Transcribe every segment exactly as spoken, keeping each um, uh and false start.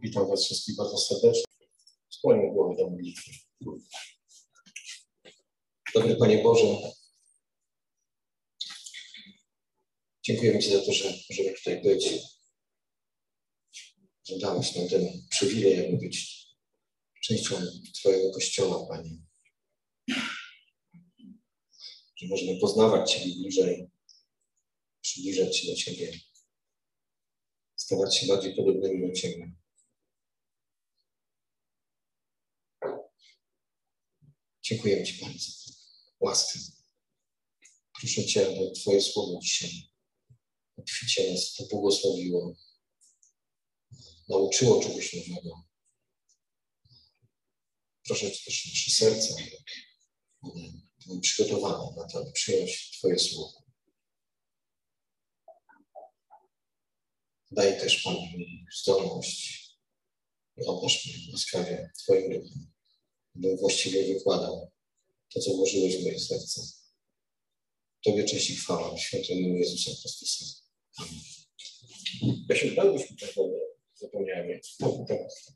Witam Was wszystkich bardzo serdecznie. Skłonimy głowę do modlitwy. Dobry Panie Boże, dziękujemy Ci za to, że możemy tutaj być, że dałeś nam ten przywilej, jakby być częścią Twojego Kościoła, Panie. Że możemy poznawać Ciebie bliżej, przybliżać się do Ciebie, stawać się bardziej podobnymi do Ciebie. Dziękujemy Ci, Panie, za tę łaskę. Proszę Cię, aby Twoje słowo dzisiaj obficie nas pobłogosławiło, nauczyło czegoś nowego. Proszę Cię też nasze serca, aby były przygotowane na to, aby przyjąć Twoje słowo. Daj też, Panie, mi zdolność i obdarz mnie łaskawie Twoim duchem, bym właściwie wykładał to, co włożyłeś w moje serce. Tobie cześć i chwała w świętym imieniu Jezusa Chrystusa. Amen. Ja się dałbyś mi tak wodę. Zapomniałem je. No, teraz.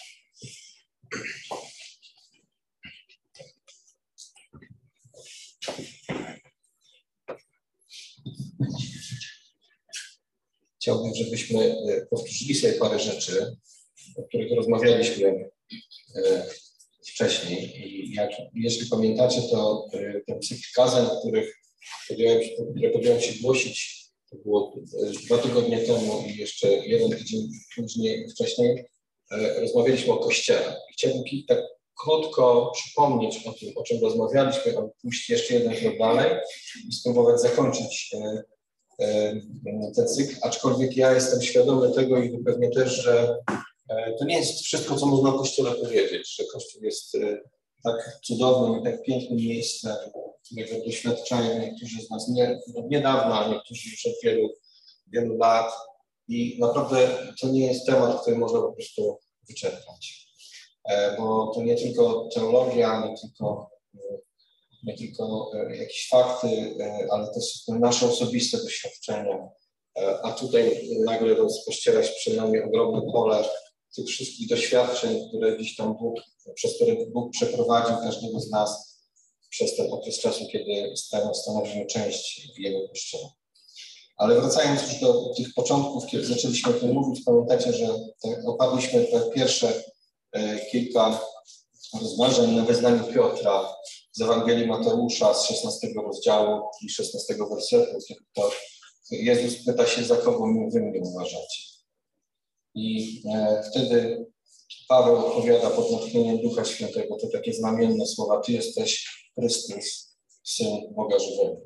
Chciałbym, żebyśmy powtórzyli sobie parę rzeczy, o których rozmawialiśmy wcześniej. I jak, jeśli pamiętacie, to ten cykl kazań, których podjąłem się, które podjąłem się głosić, to było dwa tygodnie temu i jeszcze jeden tydzień później, wcześniej, rozmawialiśmy o Kościele. Chciałbym tak krótko przypomnieć o tym, o czym rozmawialiśmy, a pójść jeszcze jeden krok dalej i spróbować zakończyć ten cykl, aczkolwiek ja jestem świadomy tego i wy pewnie też, że to nie jest wszystko, co można o Kościele powiedzieć, że Kościół jest tak cudownym i tak pięknym miejscem, którego doświadczają niektórzy z nas nie, niedawno, a niektórzy już od wielu, wielu lat. I naprawdę to nie jest temat, który można po prostu wyczerpać. Bo to nie tylko teologia, nie tylko, nie tylko jakieś fakty, ale też nasze osobiste doświadczenia. A tutaj nagle rozpościera się przed nami ogromne pole tych wszystkich doświadczeń, które gdzieś tam Bóg, przez które Bóg przeprowadził każdego z nas przez ten okres czasu, kiedy stanowimy część Jego Kościoła. Ale wracając już do tych początków, kiedy zaczęliśmy o tym mówić, pamiętacie, że oparliśmy te pierwsze e, kilka rozważań na wyznaniu Piotra z Ewangelii Mateusza z szesnastego rozdziału i szesnastego wersetu, kiedy to Jezus pyta się, za kogo wy mnie uważacie. I e, wtedy Paweł odpowiada pod natchnieniem Ducha Świętego, to takie znamienne słowa: Ty jesteś Chrystus, Syn Boga żywego.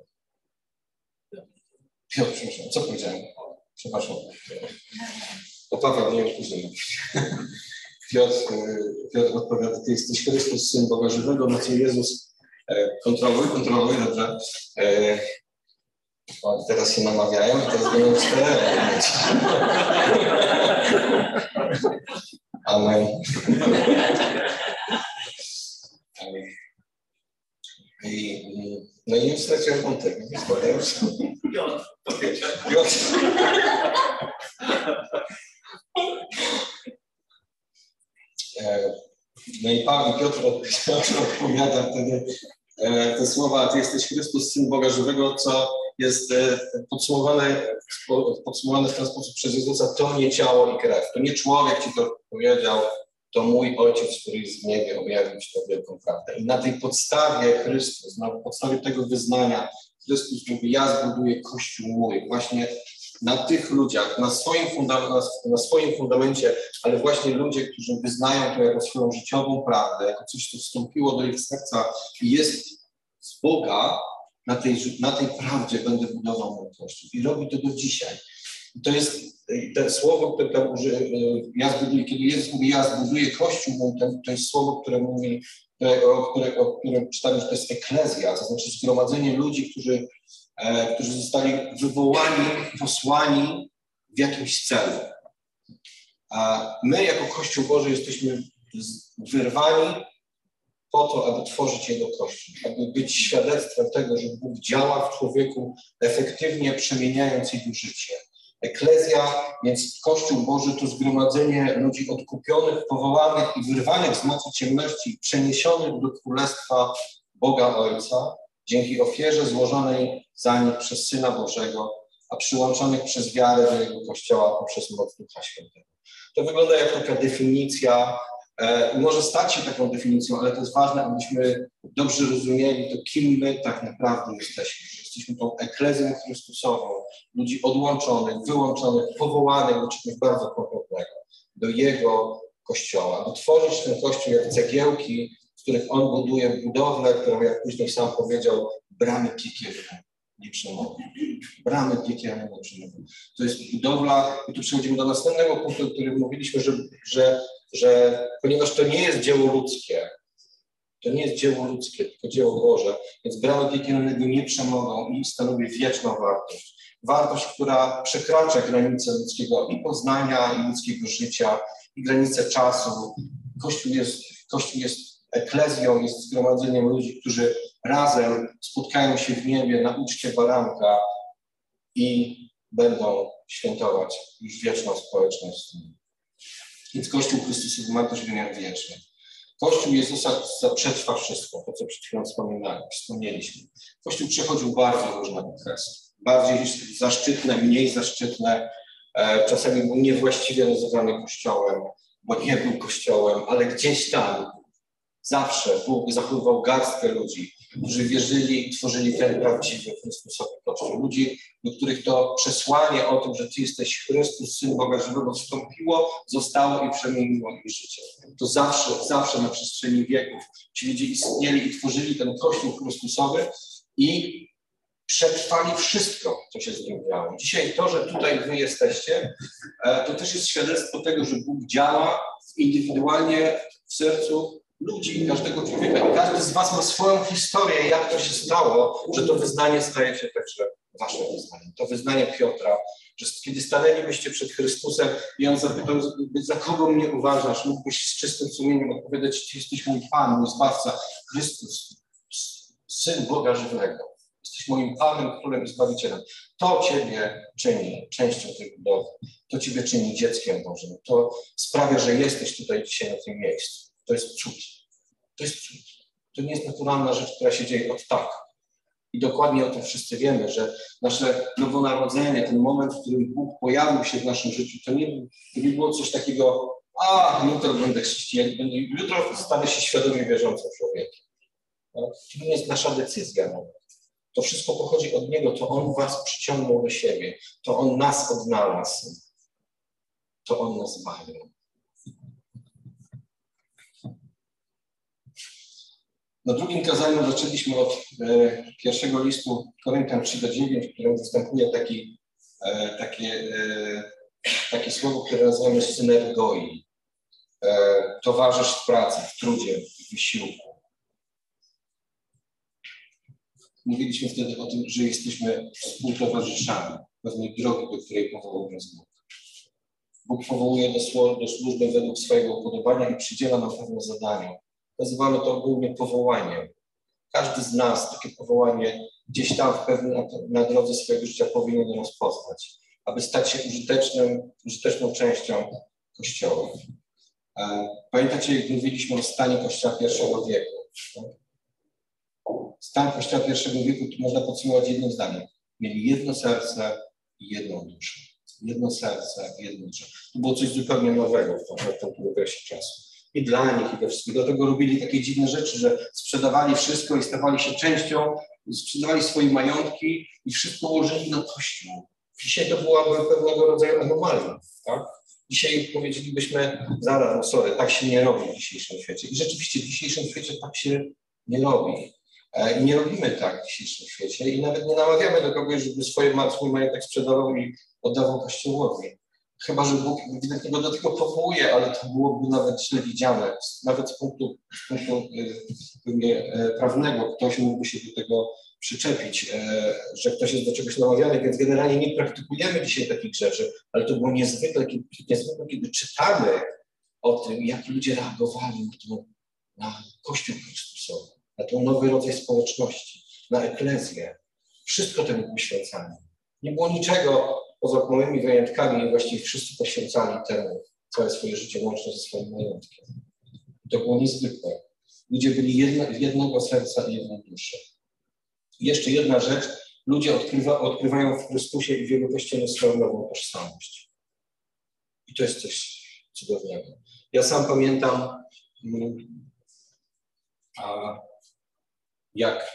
Piotr, przepraszam, co powiedziałem? Przepraszam. O Paweł nie odpuszczę. Piotr, Piotr odpowiada: Ty jesteś Chrystus, Syn Boga żywego, na co Jezus e, kontroluj, kontroluj, dobrze. E, O, teraz się namawiają i teraz będą cztery. Amen. I, no i już straciłem wątek. Piotr. Piotr. No i Paweł Piotr, Piotr odpowiada wtedy te słowa: Ty jesteś Chrystus, Syn Boga żywego, co jest podsumowane, podsumowane w ten sposób przez Jezusa: to nie ciało i krew. To nie człowiek Ci to powiedział, to mój Ojciec, który jest w niebie, objawił Ci tę wielką prawdę. I na tej podstawie Chrystus, na podstawie tego wyznania Chrystus mówi: ja zbuduję Kościół mój. Właśnie na tych ludziach, na swoim, fundam- na swoim fundamencie, ale właśnie ludzie, którzy wyznają to jako swoją życiową prawdę, jako coś, co wstąpiło do ich serca i jest z Boga, na tej, na tej prawdzie będę budował mój Kościół. I robi to do dzisiaj. I to jest to słowo, które tam uży, ja zbuduję, kiedy Jezus mówi: ja zbuduję Kościół mój, to, to jest słowo, które mówi, o, które, o którym czytamy, że to jest eklezja, to znaczy zgromadzenie ludzi, którzy E, którzy zostali wywołani, posłani w jakimś celu. A my jako Kościół Boży jesteśmy wyrwani po to, aby tworzyć Jego Kościół, aby być świadectwem tego, że Bóg działa w człowieku, efektywnie przemieniając jego życie, Eklezja, więc Kościół Boży to zgromadzenie ludzi odkupionych, powołanych i wyrwanych z mocy ciemności, przeniesionych do Królestwa Boga Ojca, dzięki ofierze złożonej za nich przez Syna Bożego, a przyłączonych przez wiarę do Jego Kościoła poprzez moc Ducha Świętego. To wygląda jak taka definicja, e, może stać się taką definicją, ale to jest ważne, abyśmy dobrze rozumieli to, kim my tak naprawdę jesteśmy. Jesteśmy tą eklezją Chrystusową, ludzi odłączonych, wyłączonych, powołanych do czegoś bardzo konkretnego, do Jego Kościoła, aby tworzyć ten Kościół jak cegiełki, z których On buduje budowlę, którą, jak później sam powiedział, bramy piekielne nie przemogą. Bramy piekielne nie przemogą. To jest budowla, i tu przechodzimy do następnego punktu, o którym mówiliśmy, że, że, że ponieważ to nie jest dzieło ludzkie, to nie jest dzieło ludzkie, tylko dzieło Boże, więc bramy piekielnego nie przemogą i stanowi wieczną wartość. Wartość, która przekracza granice ludzkiego i poznania, i ludzkiego życia, i granice czasu. Kościół jest, Kościół jest eklezją, jest zgromadzeniem ludzi, którzy razem spotkają się w niebie na uczcie baranka i będą świętować już wieczną społeczność z nim. Więc Kościół Chrystusowy ma też wymiar wieczny. Kościół Jezusa przetrwa wszystko, to co przed chwilą wspominałem, wspomnieliśmy. Kościół przechodził bardzo różne okresy. Bardziej zaszczytne, mniej zaszczytne, e, czasami był niewłaściwie nazywany Kościołem, bo nie był Kościołem, ale gdzieś tam zawsze Bóg zachowywał garstkę ludzi, którzy wierzyli i tworzyli ten prawdziwy Chrystusowy Kościół. Ludzi, do których to przesłanie o tym, że Ty jesteś Chrystus, Syn Boga żywego, wstąpiło, zostało i przemieniło ich życie. To zawsze, zawsze na przestrzeni wieków ci ludzie istnieli i tworzyli ten Kościół Chrystusowy i przetrwali wszystko, co się z nim działo. Dzisiaj to, że tutaj wy jesteście, to też jest świadectwo tego, że Bóg działa indywidualnie w sercu ludzi, każdego człowieka. I każdy z was ma swoją historię, jak to się stało, że to wyznanie staje się także waszym wyznaniem. To wyznanie Piotra, że kiedy stanęlibyście przed Chrystusem i On zapytał, za kogo mnie uważasz, mógłbyś z czystym sumieniem odpowiedzieć, Ty jesteś mój Pan, mój Zbawca, Chrystus, Syn Boga żywego. Jesteś moim Panem, Królem i Zbawicielem. To Ciebie czyni częścią tej budowy. To Ciebie czyni dzieckiem Bożym. To sprawia, że jesteś tutaj dzisiaj na tym miejscu. To jest cud. To jest cud. To nie jest naturalna rzecz, która się dzieje od tak. I dokładnie o tym wszyscy wiemy, że nasze nowonarodzenie, ten moment, w którym Bóg pojawił się w naszym życiu, to nie, to nie było coś takiego, a jutro będę chrześcijanin, jutro stanę się świadomie wierzącym człowiekiem. No? To nie jest nasza decyzja nawet. To wszystko pochodzi od Niego, to On was przyciągnął do siebie, to On nas odnalazł, to On nas zbawił. Na drugim kazaniu zaczęliśmy od e, pierwszego listu Koryntian trzy do dziewięć, w którym występuje taki, e, takie, e, takie słowo, które nazywamy synergoi. E, towarzysz w pracy, w trudzie, w wysiłku. Mówiliśmy wtedy o tym, że jesteśmy współtowarzyszami pewnej drogi, do której powołał nas Bóg. Bóg powołuje do, do służby według swojego upodobania i przydziela nam pewne zadania. Nazywamy to ogólnie powołaniem. Każdy z nas takie powołanie gdzieś tam w pewnym, na drodze swojego życia powinien rozpoznać, aby stać się użytecznym, użyteczną częścią Kościoła. Pamiętacie, jak mówiliśmy o stanie Kościoła pierwszego wieku? Stan Kościoła pierwszego wieku to można podsumować jednym zdaniem. Mieli jedno serce i jedną duszę. Jedno serce i jedną duszę. To było coś zupełnie nowego w tym okresie czasu. I dla nich, i we wszystkich. Dlatego robili takie dziwne rzeczy, że sprzedawali wszystko i stawali się częścią, sprzedawali swoje majątki i wszystko łożyli na Kościół. Dzisiaj to byłaby pewnego rodzaju anomalia, tak? Dzisiaj powiedzielibyśmy, zaraz, no sorry, tak się nie robi w dzisiejszym świecie. I rzeczywiście w dzisiejszym świecie tak się nie robi. I nie robimy tak w dzisiejszym świecie i nawet nie namawiamy do kogoś, żeby swoje, swój majątek sprzedawał i oddawał Kościołowi. Chyba że Bóg ewidentnie go do tego powołuje, ale to byłoby nawet źle widziane. Nawet z punktu, z punktu y, prawnego ktoś mógłby się do tego przyczepić, y, że ktoś jest do czegoś namawiany, więc generalnie nie praktykujemy dzisiaj takich rzeczy, ale to było niezwykle, kiedy, niezwykle, kiedy czytamy o tym, jak ludzie reagowali na, to, na Kościół Chrystusowy, na ten nowy rodzaj społeczności, na eklezję. Wszystko temu poświęcane. Nie było niczego poza małymi wyjątkami właściwie wszyscy poświęcali temu całe swoje życie łącznie ze swoim majątkiem. To było niezwykłe. Ludzie byli jedno, jednego serca i jednej duszy. I jeszcze jedna rzecz. Ludzie odkrywa, odkrywają w Chrystusie i w Jego Kościele swoją nową tożsamość. I to jest coś cudownego. Ja sam pamiętam, a jak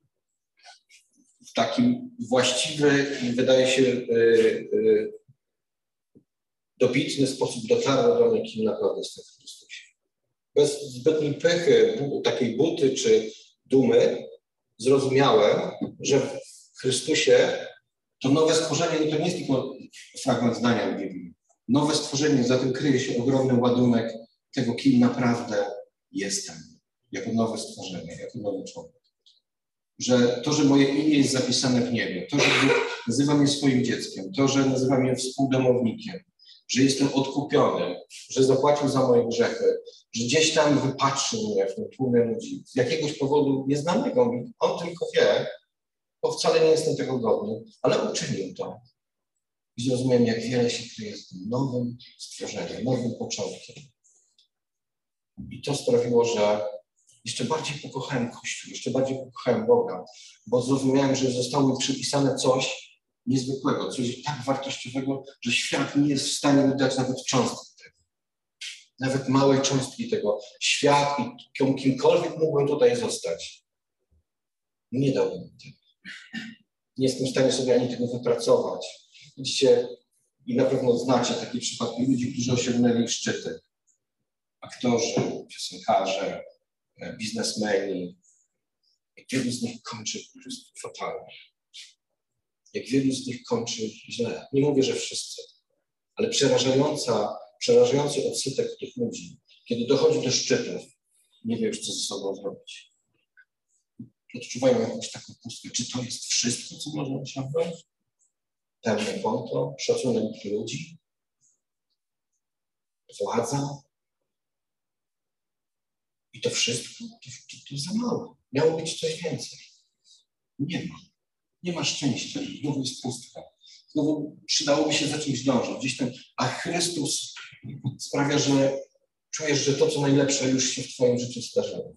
w takim właściwy i wydaje się yy, yy, dobitny sposób dotarło do mnie, kim naprawdę jestem w Chrystusie. Bez zbytniej pychy, takiej buty czy dumy zrozumiałem, że w Chrystusie to nowe stworzenie, to nie jest tylko fragment zdania w Biblii. Nowe stworzenie, za tym kryje się ogromny ładunek tego, kim naprawdę jestem. Jako nowe stworzenie, jako nowy człowiek. Że to, że moje imię jest zapisane w niebie, to, że Bóg nazywa mnie swoim dzieckiem, to, że nazywa mnie współdomownikiem, że jestem odkupiony, że zapłacił za moje grzechy, że gdzieś tam wypatrzył mnie w tym tłumie ludzi z jakiegoś powodu nieznanego mi, on tylko wie, bo wcale nie jestem tego godny, ale uczynił to. I zrozumiałem, jak wiele się kryje z tym nowym stworzeniem, nowym początkiem. I to sprawiło, że jeszcze bardziej pokochałem Kościół, jeszcze bardziej pokochałem Boga, bo zrozumiałem, że zostało mi przypisane coś niezwykłego, coś tak wartościowego, że świat nie jest w stanie mi dać nawet cząstki tego. Nawet małej cząstki tego. Świat i kimkolwiek mógłbym tutaj zostać, nie dałbym mi tego. Nie jestem w stanie sobie ani tego wypracować. Widzicie, i na pewno znacie takie przypadki ludzi, którzy osiągnęli szczyty. Aktorzy, piosenkarze, biznesmeni. Jak wielu z nich kończy po prostu fatalnie. Jak wielu z nich kończy źle. Nie mówię, że wszyscy, ale przerażająca, przerażający odsetek tych ludzi, kiedy dochodzi do szczytów, nie wie już, co ze sobą zrobić. Odczuwają jakąś taką pustkę. Czy to jest wszystko, co można osiągnąć? Pełne konto, szacunek ludzi, władza. I to wszystko, to, to, to za mało. Miało być coś więcej. Nie ma. Nie ma szczęścia. Znowu jest pustka. Znowu przydałoby się za czymś dążyć. Gdzieś ten, a Chrystus sprawia, że czujesz, że to, co najlepsze już się w twoim życiu zdarzyło.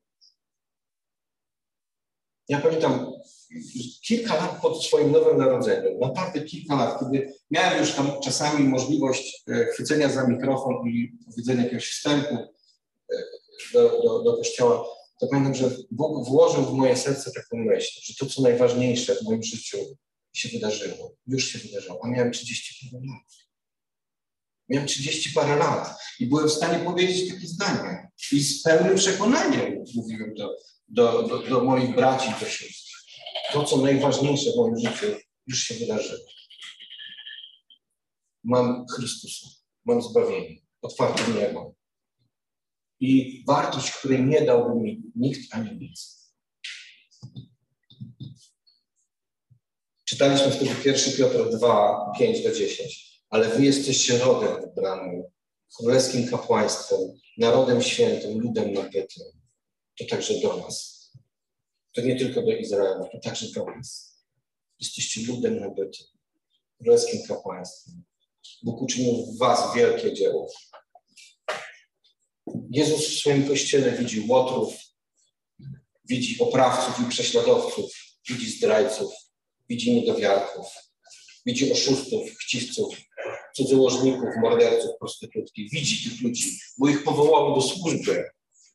Ja pamiętam kilka lat po swoim nowym narodzeniu, naprawdę kilka lat, kiedy miałem już tam czasami możliwość chwycenia za mikrofon i powiedzenia jakiegoś wstępu do, do, do Kościoła, to pamiętam, że Bóg włożył w moje serce taką myśl, że to, co najważniejsze w moim życiu się wydarzyło, już się wydarzyło, a miałem trzydzieści parę lat. Miałem trzydzieści parę lat i byłem w stanie powiedzieć takie zdanie. I z pełnym przekonaniem mówiłem do, do, do, do moich braci i do sióstr. To, co najważniejsze w moim życiu, już się wydarzyło. Mam Chrystusa, mam zbawienie, otwarte niebo. I wartość, której nie dałby mi nikt ani nic. Czytaliśmy wtedy pierwszy Piotra dwa, pięć do dziesięć. Ale wy jesteście rodem wybranym, królewskim kapłaństwem, narodem świętym, ludem nabytym. To także do nas. To nie tylko do Izraela, to także do nas. Jesteście ludem nabytym, królewskim kapłaństwem. Bóg uczynił w was wielkie dzieło. Jezus w swoim Kościele widzi łotrów, widzi oprawców i prześladowców, widzi zdrajców, widzi niedowiarków, widzi oszustów, chciwców, cudzołożników, morderców, prostytutki. Widzi tych ludzi, bo ich powołał do służby.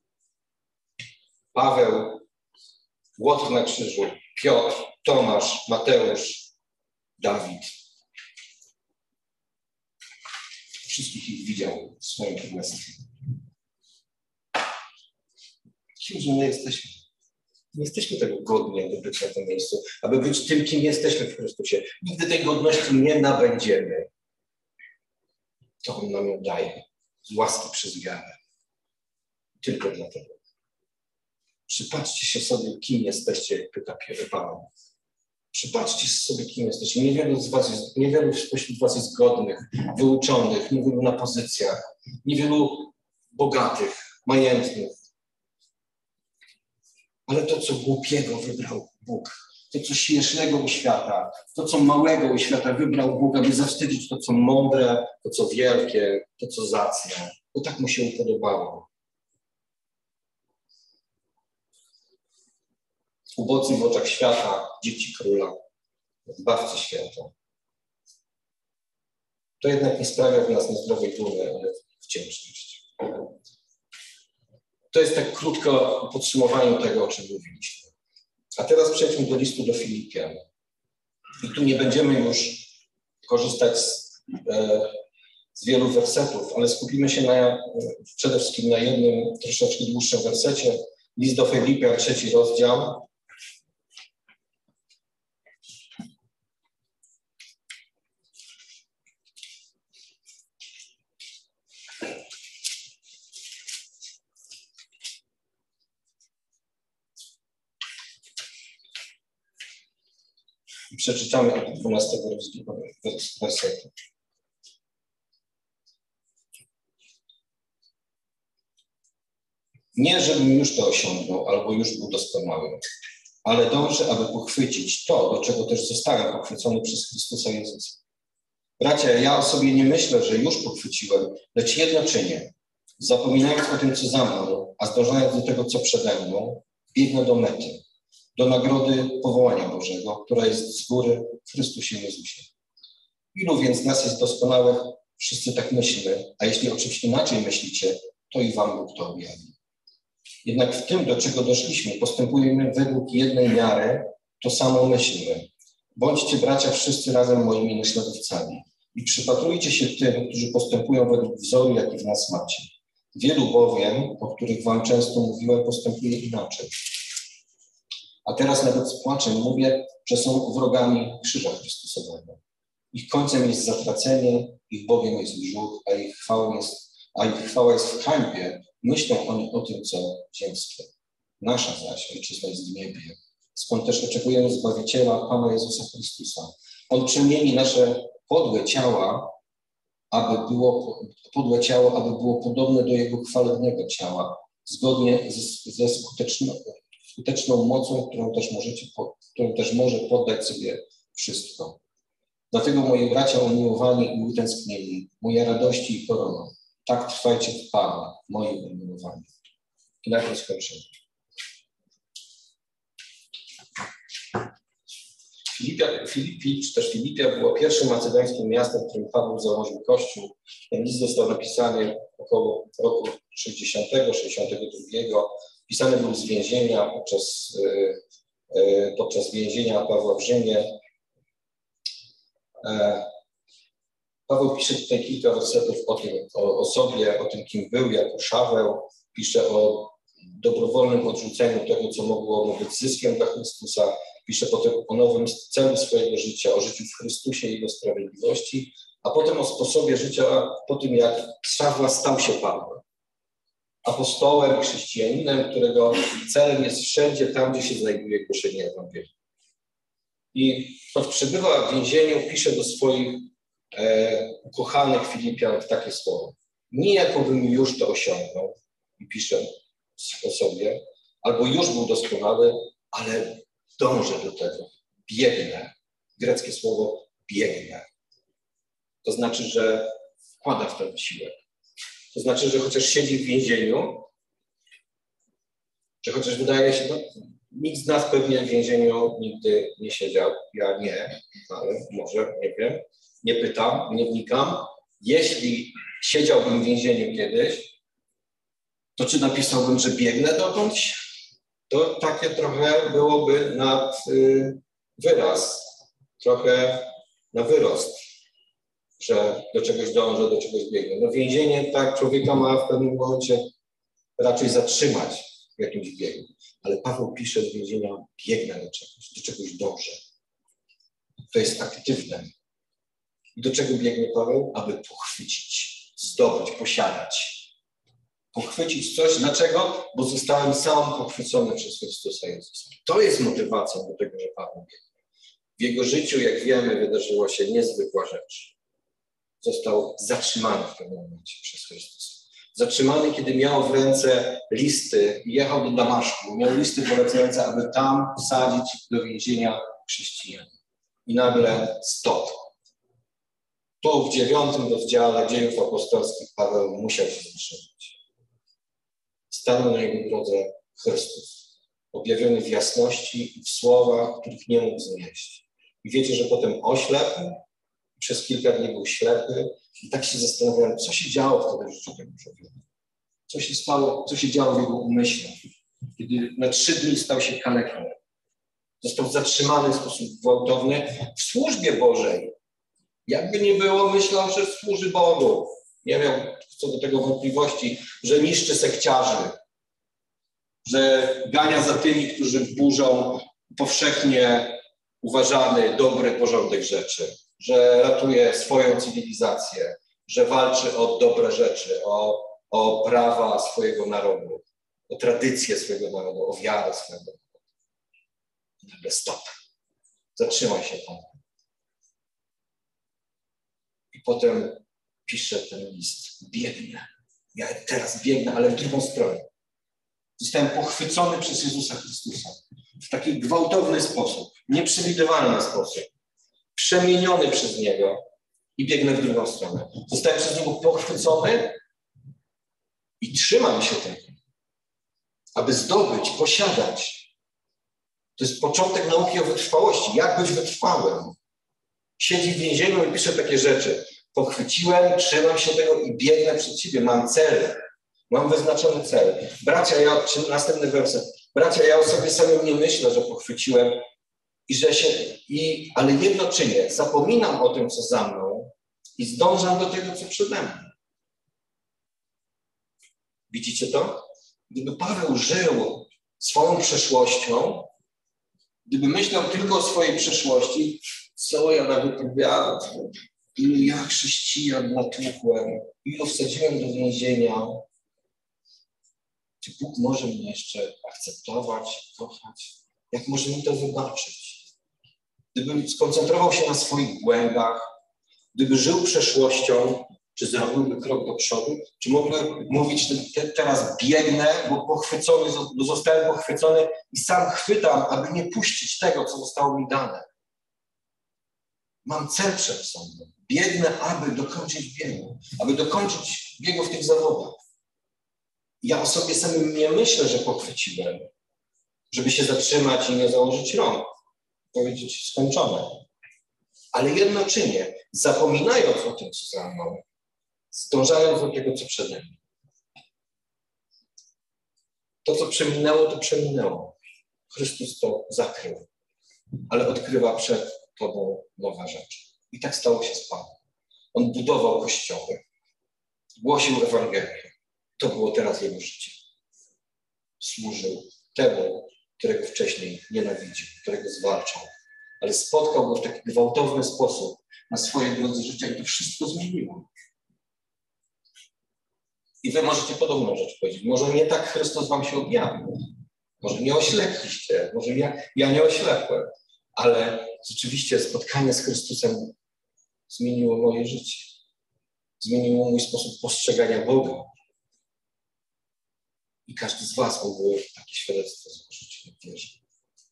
Paweł, Łotr na krzyżu, Piotr, Tomasz, Mateusz, Dawid. Wszystkich ich widział w swoim królestwie. Kimże my jesteśmy? Nie jesteśmy tego godni, aby być na tym miejscu, aby być tym, kim jesteśmy w Chrystusie. Nigdy tej godności nie nabędziemy. To On nam ją daje. Z łaski przez wiarę. Tylko dlatego. Przypatrzcie się sobie, kim jesteście, jak pyta Paweł. Przypatrzcie sobie, kim jesteście. Niewielu z was jest, niewielu spośród was jest godnych, wyuczonych, niewielu na pozycjach, niewielu bogatych, majętnych. Ale to, co głupiego wybrał Bóg, to, co śmiesznego u świata, to, co małego u świata wybrał Bóg, aby zawstydzić to, co mądre, to, co wielkie, to, co zacne. Bo tak mu się upodobało. Ubocy w oczach świata, dzieci króla, zbawcy świata. To jednak nie sprawia w nas niezdrowej dumy, ale wdzięczność. To jest tak krótko podsumowanie tego, o czym mówiliśmy. A teraz przejdźmy do listu do Filipian. I tu nie będziemy już korzystać z, e, z wielu wersetów, ale skupimy się na, przede wszystkim na jednym troszeczkę dłuższym wersecie. List do Filipian, trzeci rozdział. I przeczytamy od dwunastego wersetu. Nie, żebym już to osiągnął, albo już był doskonały, ale dążę, aby pochwycić to, do czego też zostałem pochwycony przez Chrystusa Jezusa. Bracia, ja o sobie nie myślę, że już pochwyciłem, lecz jedno czynię. Zapominając o tym, co za mną, a zdążając do tego, co przede mną, biegnę do mety, do nagrody powołania Bożego, która jest z góry w Chrystusie Jezusie. Ilu więc nas jest doskonałych? Wszyscy tak myślimy, a jeśli o czymś inaczej myślicie, to i wam Bóg to objawi. Jednak w tym, do czego doszliśmy, postępujemy według jednej miary, to samo myślimy. Bądźcie, bracia, wszyscy razem moimi naśladowcami i przypatrujcie się tym, którzy postępują według wzoru, jaki w nas macie. Wielu bowiem, o których wam często mówiłem, postępuje inaczej. A teraz nawet z płaczem mówię, że są wrogami krzyża Chrystusowego. Ich końcem jest zatracenie, ich Bogiem jest brzuch, a ich chwałą jest, a ich chwała jest w hańbie. Myślą oni o tym, co ziemskie. Nasza zaś ojczyzna jest w niebie, skąd też oczekujemy Zbawiciela, Pana Jezusa Chrystusa. On przemieni nasze podłe ciała, aby było, podłe ciało, aby było podobne do Jego chwalebnego ciała, zgodnie ze, ze skuteczną, skuteczną mocą, którą też, możecie, którą też może poddać sobie wszystko. Dlatego, moi bracia umiłowani i utęsknieni, moja radości i korono, tak trwajcie w Panu, moi umiłowani. I na tym skończymy. Filipia, Filipi, czy też Filipia było pierwszym macedońskim miastem, w którym Paweł założył Kościół. Ten list został napisany około roku sześćdziesiątego, sześćdziesiątego drugiego. Pisany był z więzienia podczas, yy, podczas więzienia Pawła w Rzymie. E, Paweł pisze tutaj kilka wersetów o tym, o, o sobie, o tym, kim był jako Szaweł. Pisze o dobrowolnym odrzuceniu tego, co mogło mu być zyskiem dla Chrystusa. Pisze potem o nowym celu swojego życia, o życiu w Chrystusie i Jego sprawiedliwości, a potem o sposobie życia po tym, jak Szawła stał się Pawłem. Apostołem i chrześcijaninem, którego celem jest wszędzie tam, gdzie się znajduje głoszenie Ewangelii. I choć przebywa w więzieniu, pisze do swoich e, ukochanych Filipian takie słowa. Nie jakobym już to osiągnął, i pisze o sobie, albo już był doskonały, ale dążę do tego, biegnę. Greckie słowo biegnę. To znaczy, że wkłada w to wysiłek. To znaczy, że chociaż siedzi w więzieniu, że chociaż wydaje się, no, nikt z nas pewnie w więzieniu nigdy nie siedział. Ja nie, ale może, nie wiem. Nie pytam, nie wnikam. Jeśli siedziałbym w więzieniu kiedyś, to czy napisałbym, że biegnę dokądś? To takie trochę byłoby nad y, wyraz, trochę na wyrost, że do czegoś dążę, do czegoś biegnę. No więzienie tak człowieka ma w pewnym momencie raczej zatrzymać w jakimś biegu. Ale Paweł pisze z więzienia, biegnę do czegoś, do czegoś dążę. To jest aktywne. I do czego biegnie Paweł? Aby pochwycić, zdobyć, posiadać. Pochwycić coś. Dlaczego? Bo zostałem sam pochwycony przez Chrystusa Jezusa. To jest motywacją do tego, że Paweł biegnie. W jego życiu, jak wiemy, wydarzyła się niezwykła rzecz. Został zatrzymany w pewnym momencie przez Chrystusa. Zatrzymany, kiedy miał w ręce listy i jechał do Damaszku. Miał listy polecające, aby tam wsadzić do więzienia chrześcijan. I nagle stop. To w dziewiątym rozdziale Dziejów Apostolskich Paweł musiał się zatrzymać. Stanął na jego drodze Chrystus, objawiony w jasności i w słowach, których nie mógł znieść. I wiecie, że potem oślepł, przez kilka dni był ślepy i tak się zastanawiałem, co się działo wtedy w życiu tego człowieka. Co się stało, co się działo w jego umyśle, kiedy na trzy dni stał się kaleką. Został zatrzymany w sposób gwałtowny w służbie Bożej. Jakby nie było, myślał, że służy Bogu. Nie miał co do tego wątpliwości, że niszczy sekciarzy, że gania za tymi, którzy burzą powszechnie uważany dobry porządek rzeczy, że ratuje swoją cywilizację, że walczy o dobre rzeczy, o, o prawa swojego narodu, o tradycję swojego narodu, o wiarę swojego narodu. Nagle stop. Zatrzymaj się Pan. I potem pisze ten list. Biegnę. Ja teraz biegnę, ale w drugą stronę. Zostałem pochwycony przez Jezusa Chrystusa w taki gwałtowny sposób, nieprzewidywalny sposób, przemieniony przez Niego i biegnę w drugą stronę. Zostałem przez Niego pochwycony i trzymam się tego, aby zdobyć, posiadać. To jest początek nauki o wytrwałości. Jak być wytrwałym? Siedzi w więzieniu i pisze takie rzeczy. Pochwyciłem, trzymam się tego i biegnę przed Ciebie. Mam cel. Mam wyznaczony cel. Bracia, ja, czy następny werset. Bracia, ja o sobie samym nie myślę, że pochwyciłem i że się, i, ale jedno czynię. Zapominam o tym, co za mną i zdążam do tego, co przede mną. Widzicie to? Gdyby Paweł żył swoją przeszłością, gdyby myślał tylko o swojej przeszłości, co ja nawyprawiałem, ilu ja chrześcijan natłukłem, ilu wsadziłem do więzienia, czy Bóg może mnie jeszcze akceptować, kochać? Jak może mi to wybaczyć? Gdybym skoncentrował się na swoich błędach, gdyby żył przeszłością, czy zrobiłby krok do przodu, czy mógłby mówić, że te, teraz biegnę, bo pochwycony, bo zostałem pochwycony i sam chwytam, aby nie puścić tego, co zostało mi dane. Mam cel przed sobą. Biegnę, aby dokończyć biegu, aby dokończyć biegu w tych zawodach. Ja o sobie samym nie myślę, że pochwyciłem, żeby się zatrzymać i nie założyć rąk. Powiedzieć skończone. Ale jedno czynię, zapominając o tym, co za mną, zdążając do tego, co przede mną. To, co przeminęło, to przeminęło. Chrystus to zakrył, ale odkrywa przed Tobą nowa rzecz. I tak stało się z Panem. On budował kościoły, głosił Ewangelię. To było teraz jego życie. Służył temu, którego wcześniej nienawidził, którego zwalczał, ale spotkał go w taki gwałtowny sposób na swojej drodze życia i to wszystko zmieniło. I wy możecie podobną rzecz powiedzieć. Może nie tak Chrystus wam się objawił. Może nie oślepliście. Może ja, ja nie oślepłem. Ale rzeczywiście spotkanie z Chrystusem zmieniło moje życie. Zmieniło mój sposób postrzegania Boga. I każdy z was mógłby takie świadectwo złożyć w wierze.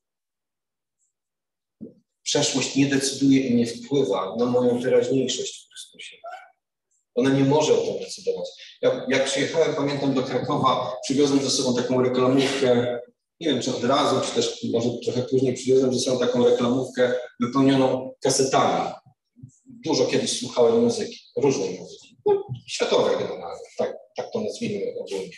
Przeszłość nie decyduje i nie wpływa na moją teraźniejszość w Chrystusie. Ona nie może o tym decydować. Ja, jak przyjechałem, pamiętam, do Krakowa, przywiozłem ze sobą taką reklamówkę, nie wiem, czy od razu, czy też może trochę później przywiozłem ze sobą taką reklamówkę wypełnioną kasetami. Dużo kiedyś słuchałem muzyki, różnej muzyki, no, światowej generalnie, tak, tak to nazwijmy ogólnie.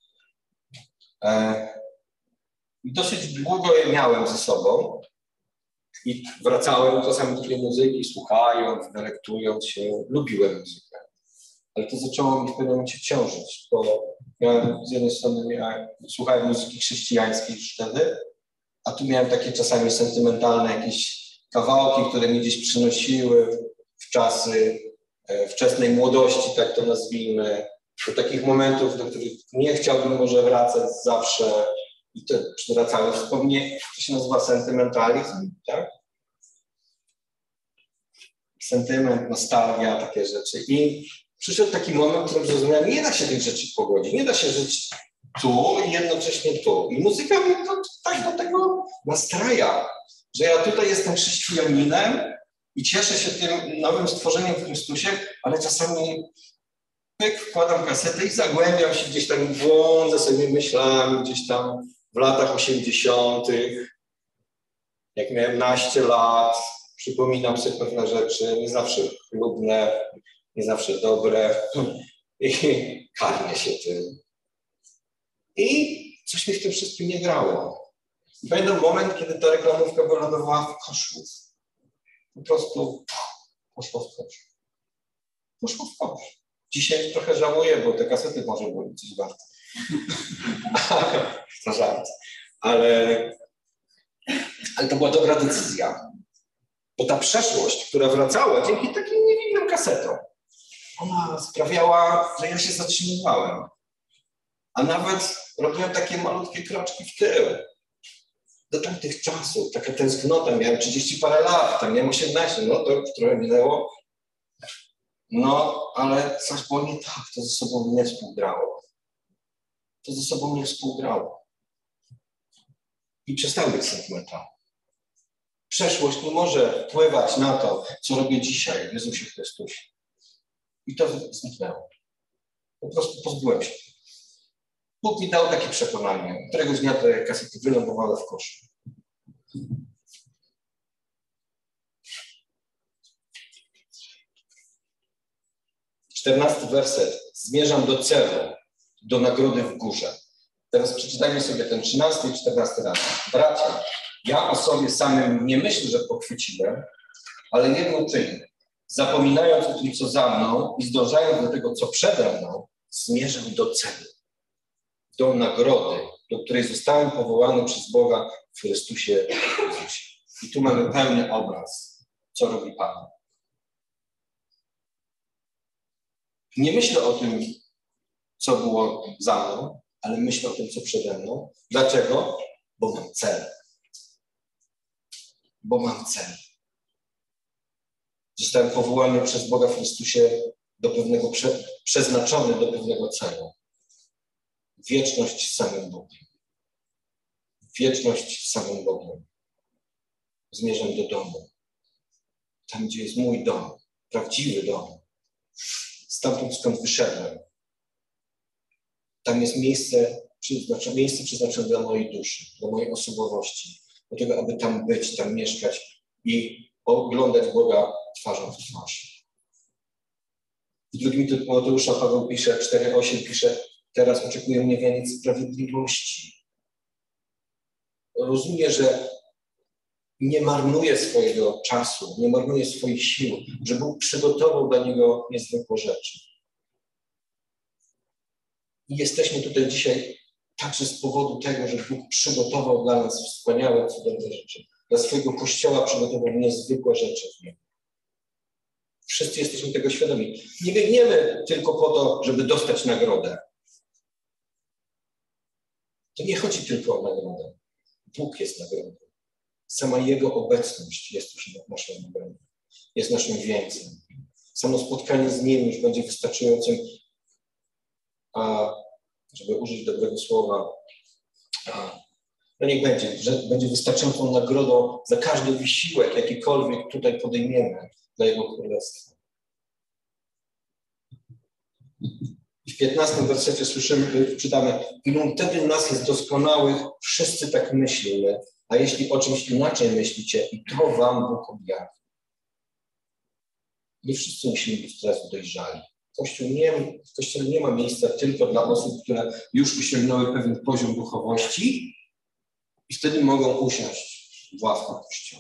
E, dosyć długo je miałem ze sobą i wracałem czasami do tej muzyki, słuchając, delektując się, lubiłem muzykę. Ale to zaczęło mi w pewnym momencie ciążyć, bo miałem, z jednej strony miałem, słuchałem muzyki chrześcijańskiej już wtedy, a tu miałem takie czasami sentymentalne jakieś kawałki, które mi gdzieś przynosiły w czasy e, wczesnej młodości, tak to nazwijmy, do takich momentów, do których nie chciałbym może wracać zawsze i to wracały wspomnienia, to się nazywa sentymentalizm, tak? Sentyment, nostalgia, takie rzeczy. I przyszedł taki moment, w którym zrozumiałem, nie da się tych rzeczy pogodzić, nie da się żyć tu i jednocześnie tu. I muzyka mnie to, tak do tego nastraja, że ja tutaj jestem chrześcijaninem i cieszę się tym nowym stworzeniem w Chrystusie, ale czasami pyk, wkładam kasetę i zagłębiam się gdzieś tam, błądzę sobie myślami gdzieś tam w latach osiemdziesiątych. Jak miałem naście lat, przypominam sobie pewne rzeczy, nie zawsze chlubne, nie zawsze dobre i karmię się tym. I coś mi w tym wszystkim nie grało. Pamiętam moment, kiedy ta reklamówka wylądowała w koszu. Po prostu poszło w kosz. Poszło w kosz. Dzisiaj trochę żałuję, bo te kasety może były coś warte. To żart. Ale, ale to była dobra decyzja. Bo ta przeszłość, która wracała dzięki takim niewinnym kasetom, ona sprawiała, że ja się zatrzymywałem. A nawet robiłem takie malutkie kroczki w tył. Do tamtych czasów, taka tęsknota, miałem trzydzieści parę lat, tam miałem osiemnaście, no to trochę minęło. No, ale coś było nie tak, to ze sobą nie współgrało. To ze sobą nie współgrało. I przestałem być sentymentalny. Przeszłość nie może wpływać na to, co robię dzisiaj w Jezusie Chrystusie. I to zniknęło. Po prostu pozbyłem się. Bóg mi dał takie przekonanie. Któregoś dnia te kasety wylądowały w koszu. Czternasty werset. Zmierzam do celu, do nagrody w górze. Teraz przeczytajmy sobie ten trzynasty i czternasty raz. Bracia, ja o sobie samym nie myślę, że pochwyciłem, ale jedno czynię. Zapominając o tym, co za mną i zdążając do tego, co przede mną, zmierzam do celu, do nagrody, do której zostałem powołany przez Boga w Chrystusie Jezusie. I tu mamy pełny obraz, co robi Pan. Nie myślę o tym, co było za mną, ale myślę o tym, co przede mną. Dlaczego? Bo mam cel. Bo mam cel. Zostałem powołany przez Boga w Chrystusie do pewnego, prze, przeznaczony do pewnego celu. Wieczność z samym Bogiem. Wieczność z samym Bogiem. Zmierzam do domu. Tam, gdzie jest mój dom. Prawdziwy dom. Stamtąd, skąd wyszedłem. Tam jest miejsce przeznaczone, miejsce przeznaczone dla mojej duszy, dla mojej osobowości. Do tego, aby tam być, tam mieszkać i oglądać Boga twarzą w twarz. W drugim Tymoteusza Paweł pisze, cztery osiem pisze, teraz oczekuje mnie wieniec sprawiedliwości. Rozumie, że nie marnuje swojego czasu, nie marnuje swoich sił, że Bóg przygotował dla niego niezwykłe rzeczy. I jesteśmy tutaj dzisiaj także z powodu tego, że Bóg przygotował dla nas wspaniałe, cudowne rzeczy. Dla swojego Kościoła przygotował niezwykłe rzeczy w nim. Wszyscy jesteśmy tego świadomi. Nie biegniemy tylko po to, żeby dostać nagrodę. To nie chodzi tylko o nagrodę. Bóg jest nagrodą. Sama Jego obecność jest już naszą nagrodą. Jest naszym wieńcem. Samo spotkanie z Nim już będzie wystarczającym, a żeby użyć dobrego słowa, a, no niech będzie, że będzie wystarczającą nagrodą za każdy wysiłek, jakikolwiek tutaj podejmiemy dla Jego Królestwa. W piętnastym wersecie słyszymy, czytamy, ilu wtedy nas jest doskonałych, wszyscy tak myślimy, a jeśli o czymś inaczej myślicie, i to wam Bóg objawi. Nie wszyscy musimy być teraz dojrzali. Kościół nie, w Kościele nie ma miejsca tylko dla osób, które już osiągnęły pewien poziom duchowości i wtedy mogą usiąść w ławkach Kościoła.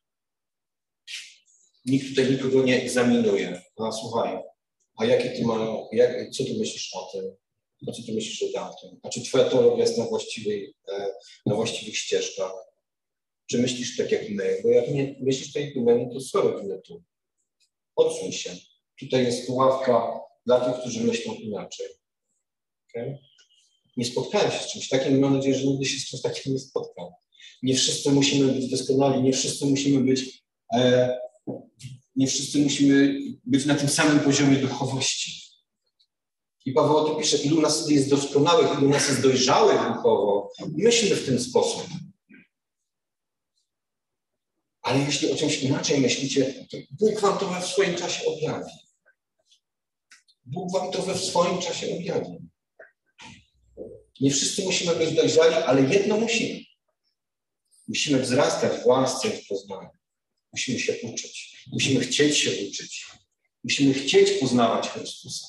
Nikt tutaj nikogo nie egzaminuje. A słuchaj, a jakie ty masz, jak, co ty myślisz o tym? A co ty myślisz o tamtym? A czy twoja teologia jest na, właściwej, na właściwych ścieżkach? Czy myślisz tak jak my? Bo jak nie myślisz tak jak my, to co robimy tu? Odsuń się. Tutaj jest ławka dla tych, którzy myślą inaczej. Okay? Nie spotkałem się z czymś takim i mam nadzieję, że nigdy się z czymś takim nie spotkam. Nie wszyscy musimy być doskonali, nie wszyscy musimy być, e, nie wszyscy musimy być na tym samym poziomie duchowości. I Paweł o tym pisze, ilu nas jest doskonałych, ilu nas jest dojrzałych duchowo. Myślmy w ten sposób. Ale jeśli o czymś inaczej myślicie, to Bóg wam to we swoim czasie objawi. Bóg wam to we swoim czasie objawi. Nie wszyscy musimy być dojrzali, ale jedno musimy. Musimy wzrastać w łasce i w poznaniu. Musimy się uczyć. Musimy chcieć się uczyć. Musimy chcieć poznawać Chrystusa.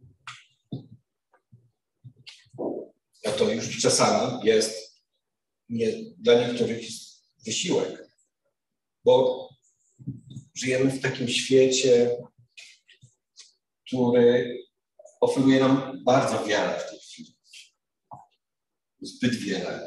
A to już czasami jest nie, dla niektórych jest wysiłek. Bo żyjemy w takim świecie, który oferuje nam bardzo wiele w tej chwili. Zbyt wiele.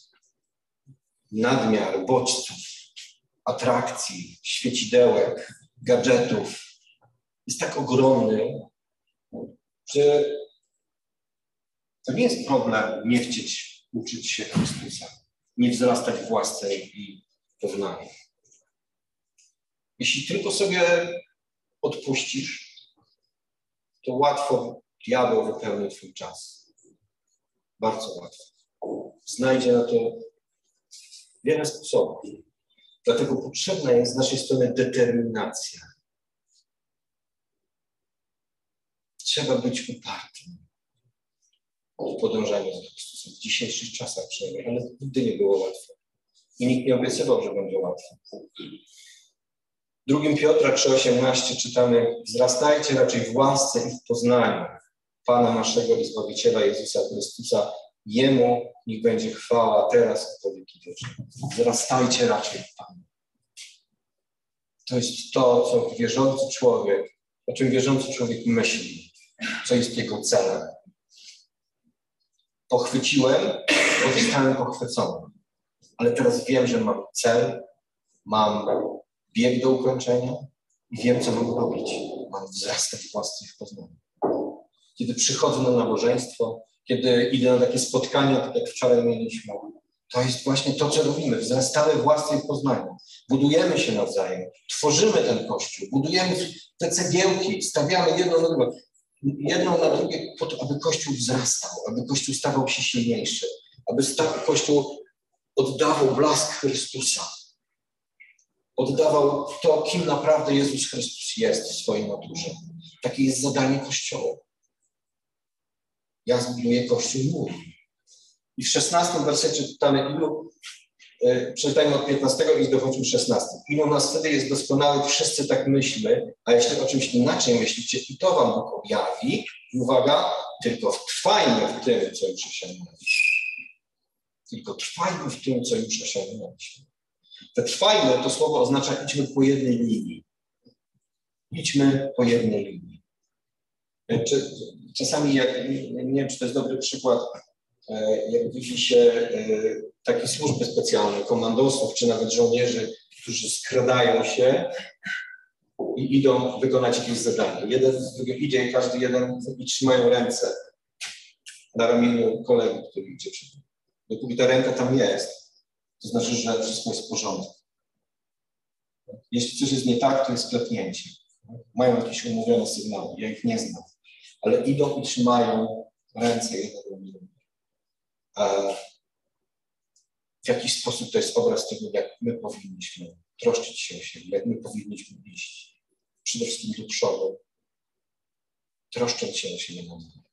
Nadmiar bodźców, atrakcji, świecidełek, gadżetów jest tak ogromny, że to nie jest problem nie chcieć uczyć się Chrystusa, nie wzrastać w łasce i poznaniu. Jeśli tylko sobie odpuścisz, to łatwo diabeł wypełni twój czas. Bardzo łatwo. Znajdzie na to wiele sposobów. Dlatego potrzebna jest z naszej strony determinacja. Trzeba być upartym w podążaniu za Chrystusem. W dzisiejszych czasach przynajmniej, ale nigdy nie było łatwo. I nikt nie obiecywał, że będzie łatwo. W drugim Piotra trzy osiemnaście czytamy: wzrastajcie raczej w łasce i w poznaniu Pana naszego i Zbawiciela Jezusa Chrystusa. Jemu niech będzie chwała teraz i po wieki wieczne. Wzrastajcie raczej w Panu. To jest to, co wierzący człowiek, o czym wierzący człowiek myśli, co jest jego celem. Pochwyciłem, bo zostałem pochwycony. Ale teraz wiem, że mam cel, mam bieg do ukończenia i wiem, co mam robić. Mam wzrastać w łasce i w poznaniu. Kiedy przychodzę na nabożeństwo, kiedy idę na takie spotkania, tak jak wczoraj mieliśmy, to jest właśnie to, co robimy. Wzrastamy w łasce i w poznaniu. Budujemy się nawzajem, tworzymy ten Kościół, budujemy te cegiełki, stawiamy jedną na drugą, jedną na drugie po to, aby Kościół wzrastał, aby Kościół stawał się silniejszy, aby stawał, Kościół oddawał blask Chrystusa. Oddawał to, kim naprawdę Jezus Chrystus jest w swojej naturze. Takie jest zadanie Kościoła. Ja zbuduję Kościół mój. I w szesnastym wersecie czytamy, ilu, yy, przeczytajmy od piętnastego i dochodźmy szesnastego. Ilu nas wtedy jest doskonałych, wszyscy tak myślmy, a jeśli o czymś inaczej myślicie, i to wam Bóg objawi. I uwaga, tylko trwajmy w tym, co już osiągnęliśmy. Tylko trwajmy w tym, co już osiągnęliśmy. Te trwajmy, to słowo oznacza idźmy po jednej linii. Idźmy po jednej linii. Czy, czasami, jak, nie wiem, czy to jest dobry przykład, jak widzi się takie służby specjalne, komandosów, czy nawet żołnierzy, którzy skradają się i idą wykonać jakieś zadanie. Jeden z drugiego idzie i każdy jeden i trzymają ręce na ramieniu kolegi, który idzie przed nim. Dopóki ta ręka tam jest, to znaczy, że wszystko jest w porządku. Jeśli coś jest nie tak, to jest klepnięcie. Mają jakieś umówione sygnały, ja ich nie znam. Ale idą i trzymają ręce jeden do drugiego. W jakiś sposób to jest obraz tego, jak my powinniśmy troszczyć się o siebie, jak my powinniśmy iść. Przede wszystkim do przodu, troszcząc się o siebie nawzajem.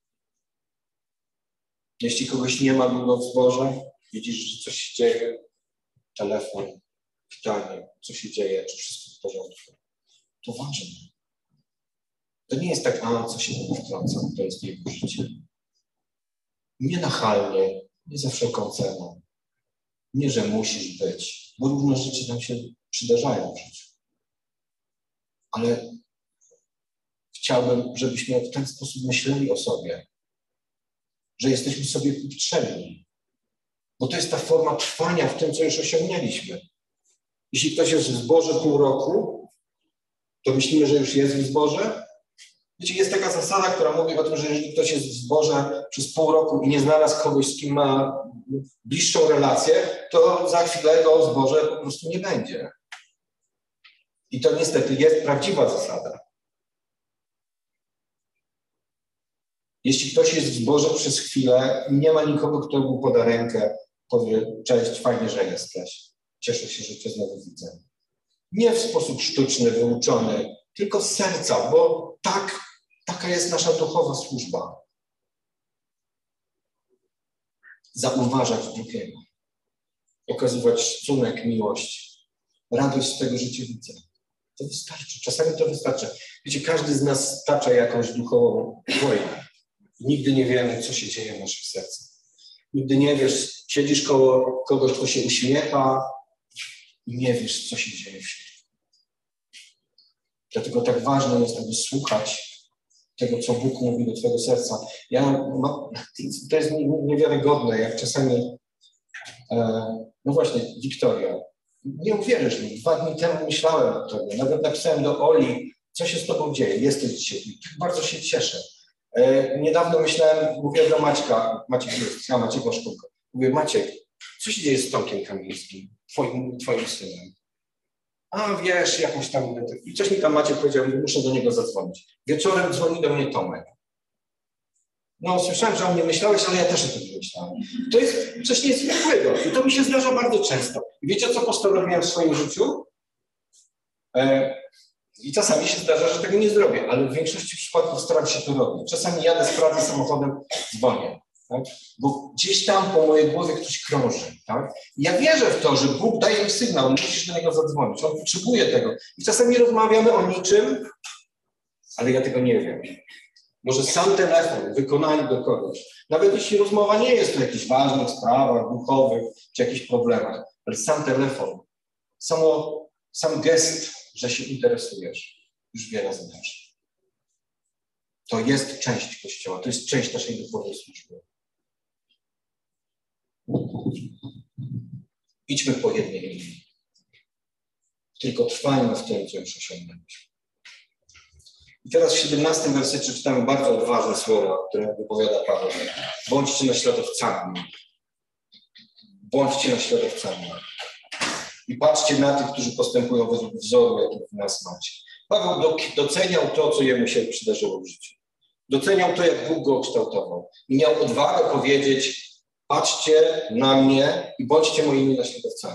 Jeśli kogoś nie ma długo w zborze, widzisz, że coś się dzieje, telefon, pytanie, co się dzieje, czy wszystko w porządku. To ważne. To nie jest tak, a co się tam wtrąca, to jest jego życie. Nie nachalnie, nie za wszelką cenę. Nie, że musisz być, bo różne rzeczy nam się przydarzają w życiu. Ale chciałbym, żebyśmy w ten sposób myśleli o sobie, że jesteśmy sobie potrzebni. Bo to jest ta forma trwania w tym, co już osiągnęliśmy. Jeśli ktoś jest w zborze pół roku, to myślimy, że już jest w zborze. Wiecie, jest taka zasada, która mówi o tym, że jeżeli ktoś jest w zborze przez pół roku i nie znalazł kogoś, z kim ma bliższą relację, to za chwilę go w zborze po prostu nie będzie. I to niestety jest prawdziwa zasada. Jeśli ktoś jest w zborze przez chwilę i nie ma nikogo, kto mu poda rękę, powie: cześć, fajnie, że jesteś. Cieszę się, że cię znowu widzę. Nie w sposób sztuczny, wyuczony, tylko z serca, bo tak, taka jest nasza duchowa służba. Zauważać drugiego. Okazywać szacunek, miłość, radość z tego, że cię widzę. To wystarczy. Czasami to wystarczy. Wiecie, każdy z nas stacza jakąś duchową wojnę. Nigdy nie wiemy, co się dzieje w naszych sercach. Nigdy nie wiesz, siedzisz koło kogoś, kto się uśmiecha i nie wiesz, co się dzieje w środku. Dlatego tak ważne jest, aby słuchać tego, co Bóg mówi do twojego serca. Ja mam, to jest niewiarygodne, jak czasami, e, no właśnie, Wiktoria, nie uwierzysz mi, dwa dni temu myślałem o tobie, nawet napisałem do Oli, co się z tobą dzieje, jesteś dzisiaj, tak bardzo się cieszę. E, niedawno myślałem, mówię do Maćka, Maciek jest, ja Maciek Waszkulko, mówię: Maciek, co się dzieje z Tomkiem Kamińskim, twoim, twoim synem? A wiesz, jakąś tam... I coś mi tam Maciek powiedział, muszę do niego zadzwonić. Wieczorem dzwoni do mnie Tomek. No, słyszałem, że o mnie myślałeś, ale ja też o tym myślałem. To jest coś niezwykłego i to mi się zdarza bardzo często. I wiecie, co postanowiłem w swoim życiu? E, I czasami się zdarza, że tego nie zrobię, ale w większości przypadków staram się to robić. Czasami jadę z pracy samochodem, dzwonię. Tak? Bo gdzieś tam po mojej głowie ktoś krąży. Tak? Ja wierzę w to, że Bóg daje mi sygnał, musisz do niego zadzwonić. On potrzebuje tego. I czasami rozmawiamy o niczym, ale ja tego nie wiem. Może sam telefon, wykonanie do kogoś. Nawet jeśli rozmowa nie jest o jakichś ważnych sprawach duchowych czy jakichś problemach, ale sam telefon, samo, sam gest, że się interesujesz, już wiele znaczy. To jest część Kościoła, to jest część naszej duchowej służby. Idźmy po jednej linii. Tylko trwajmy w tym, co już osiągnęliśmy. I teraz w siedemnastym wersecie czytamy bardzo odważne słowa, które wypowiada Paweł. Bądźcie naśladowcami. Bądźcie naśladowcami. I patrzcie na tych, którzy postępują według wzoru, jaki w nas macie. Paweł doceniał to, co jemu się przydarzyło w życiu. Doceniał to, jak Bóg go kształtował. I miał odwagę powiedzieć: patrzcie na mnie i bądźcie moimi naśladowcami.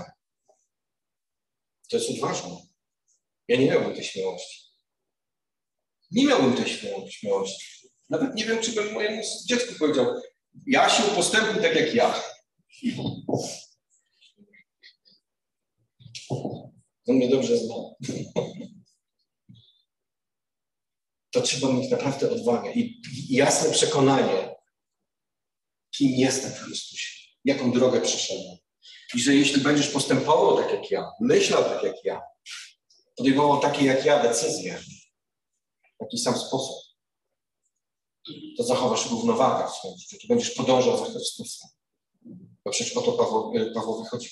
To jest odważne. Ja nie miałbym tej śmiałości. Nie miałbym tej śmiałości. Nawet nie wiem, czy bym mojemu dziecku powiedział: Jasiu, postępuj tak jak ja. On mnie dobrze zna. To trzeba mieć naprawdę odwagę i jasne przekonanie, kim jestem w Chrystusie, jaką drogę przeszedłem. I że jeśli będziesz postępował tak jak ja, myślał tak jak ja, podejmował takie jak ja decyzje, w taki sam sposób, to zachowasz równowagę w swoim życiu, to będziesz podążał za Chrystusem. Bo przecież o to Paweł, Pawłowi chodzi.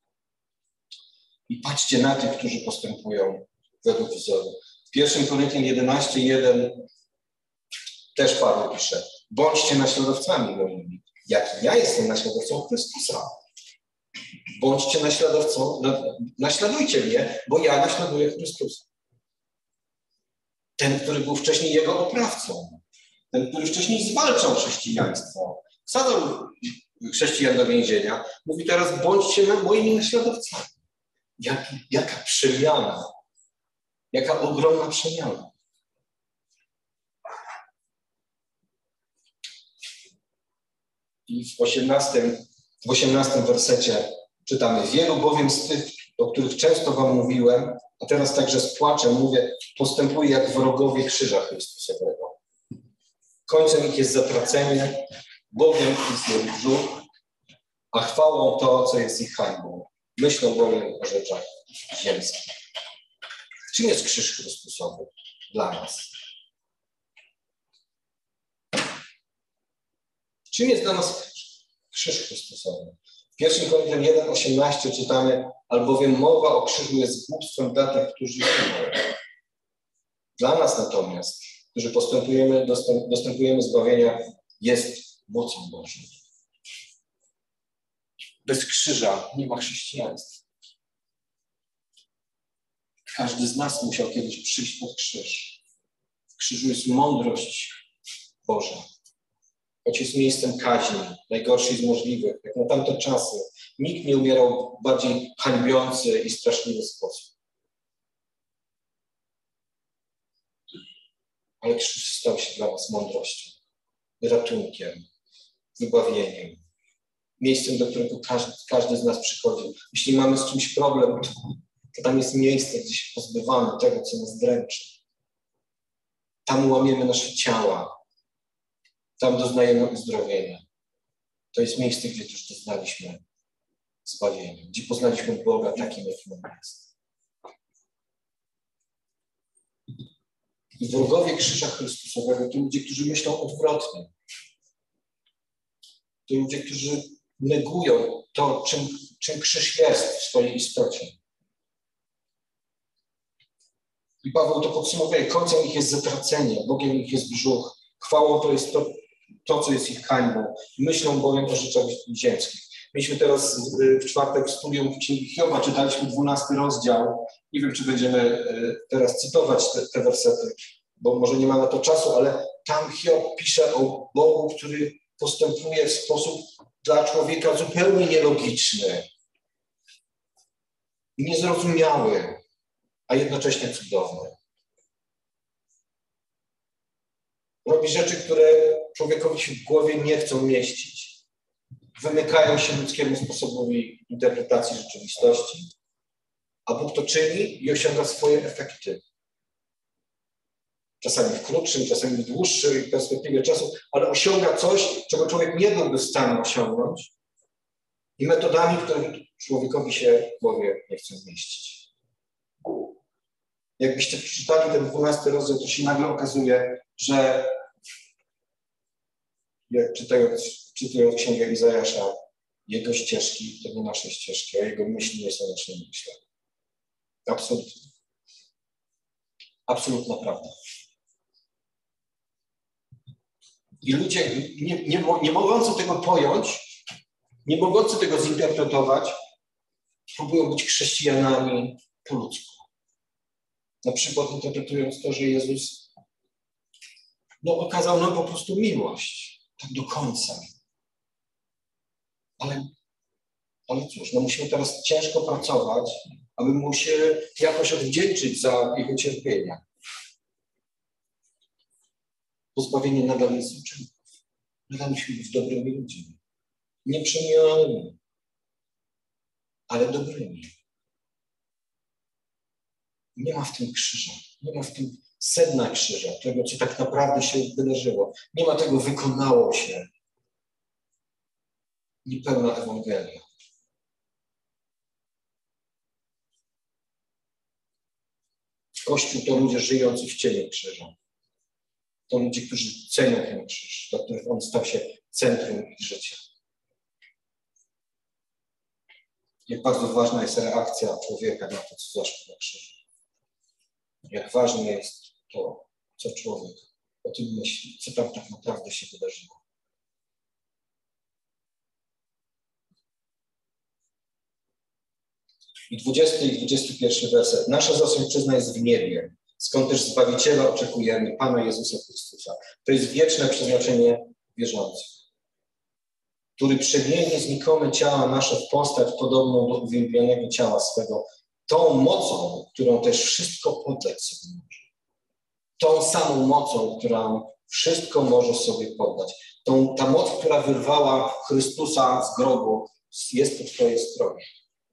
I patrzcie na tych, którzy postępują według wzoru. W pierwszym Koryntian jedenaście jeden też Paweł pisze: bądźcie naśladowcami moimi, jak ja jestem naśladowcą Chrystusa. Bądźcie naśladowcą, naśladujcie mnie, bo ja naśladuję Chrystusa. Ten, który był wcześniej jego oprawcą, ten, który wcześniej zwalczał chrześcijaństwo, wsadzał chrześcijan do więzienia, mówi teraz: bądźcie moimi naśladowcami. Jak, jaka przemiana, jaka ogromna przemiana. I w osiemnastym, w osiemnastym wersecie czytamy: wielu bowiem z tych, o których często wam mówiłem, a teraz także z płaczem mówię, postępuje jak wrogowie krzyża Chrystusowego. Końcem ich jest zatracenie, Bogiem jest ich brzuch, a chwałą to, co jest ich hańbą. Myślą bowiem o rzeczach ziemskich. Czym jest krzyż Chrystusowy dla nas? Czym jest dla nas krzyż, krzyż Chrystusowy? W pierwszym Koryntian jeden osiemnaście czytamy: albowiem mowa o krzyżu jest głupstwem dla tych, którzy giną. Dla nas natomiast, którzy postępujemy, dostęp, dostępujemy zbawienia, jest mocą Bożą. Bez krzyża nie ma chrześcijaństwa. Każdy z nas musiał kiedyś przyjść pod krzyż. W krzyżu jest mądrość Boża. choć jest miejscem kaźni, najgorszej z możliwych, jak na tamte czasy. Nikt nie umierał w bardziej hańbiący i straszliwy sposób. Ale krzyż stał się dla nas mądrością, ratunkiem, wybawieniem. Miejscem, do którego każdy, każdy z nas przychodzi. Jeśli mamy z czymś problem, to, to tam jest miejsce, gdzie się pozbywamy tego, co nas dręczy. Tam łamiemy nasze ciała. Tam doznajemy uzdrowienia. To jest miejsce, gdzie też doznaliśmy zbawienia, gdzie poznaliśmy Boga takim, jakim On jest. I wrogowie krzyża Chrystusowego to ludzie, którzy myślą odwrotnie. To ludzie, którzy negują to, czym, czym krzyż jest w swojej istocie. I Paweł to podsumowuje. Końcem ich jest zatracenie, Bogiem ich jest brzuch. Chwałą to jest to, to co jest ich hańbą. Myślą bowiem o rzeczach ziemskich. Mieliśmy teraz w czwartek studium Księgi Hioba, czytaliśmy dwunasty rozdział. Nie wiem, czy będziemy teraz cytować te, te wersety, bo może nie ma na to czasu, ale tam Hiob pisze o Bogu, który postępuje w sposób dla człowieka zupełnie nielogiczny, niezrozumiały, a jednocześnie cudowny. Robi rzeczy, które człowiekowi się w głowie nie chcą mieścić. Wymykają się ludzkiemu sposobowi interpretacji rzeczywistości, a Bóg to czyni i osiąga swoje efekty. Czasami w krótszym, czasami w dłuższej perspektywie czasu, ale osiąga coś, czego człowiek nie byłby w stanie osiągnąć i metodami, które człowiekowi się w głowie nie chcą zmieścić. Jakbyście przeczytali ten dwunasty rozdział, to się nagle okazuje, że jak czytając, czytając Księgę Izajasza, jego ścieżki to nie nasze ścieżki, a jego myśli nie są naszymi myślami. Absolutnie. Absolutna prawda. I ludzie nie, nie, nie mogący tego pojąć, nie mogący tego zinterpretować, próbują być chrześcijanami po ludzku. Na przykład interpretując to, że Jezus no, okazał nam po prostu miłość. Tak do końca. Ale, ale cóż, no musimy teraz ciężko pracować, aby mu się jakoś odwdzięczyć za jego cierpienia. Pozbawienie nadal jest uczynków. Nadal musimy być dobrymi ludźmi. Nieprzemienionymi, ale dobrymi. Nie ma w tym krzyża. Nie ma w tym sedna krzyża, tego, co tak naprawdę się wydarzyło. Nie ma tego, wykonało się. Niepełna Ewangelia. Kościół to ludzie żyjący w cieniu krzyża. To ludzie, którzy cenią ten krzyż, dla których on stał się centrum ich życia. Jak bardzo ważna jest reakcja człowieka na to, co zaszło na krzyżu. Jak ważne jest to, co człowiek o tym myśli, co tam tak naprawdę się wydarzyło. I dwudziesty i dwudziesty pierwszy werset. Nasza zaś ojczyzna jest w niebie, skąd też Zbawiciela oczekujemy, Pana Jezusa Chrystusa. To jest wieczne przeznaczenie wierzących, który przemieni znikome ciała nasze w postać podobną do uwielbionego ciała swego, tą mocą, którą też wszystko poddać sobie może. Tą samą mocą, którą wszystko może sobie poddać. Tą, ta moc, która wyrwała Chrystusa z grobu, jest po twojej stronie.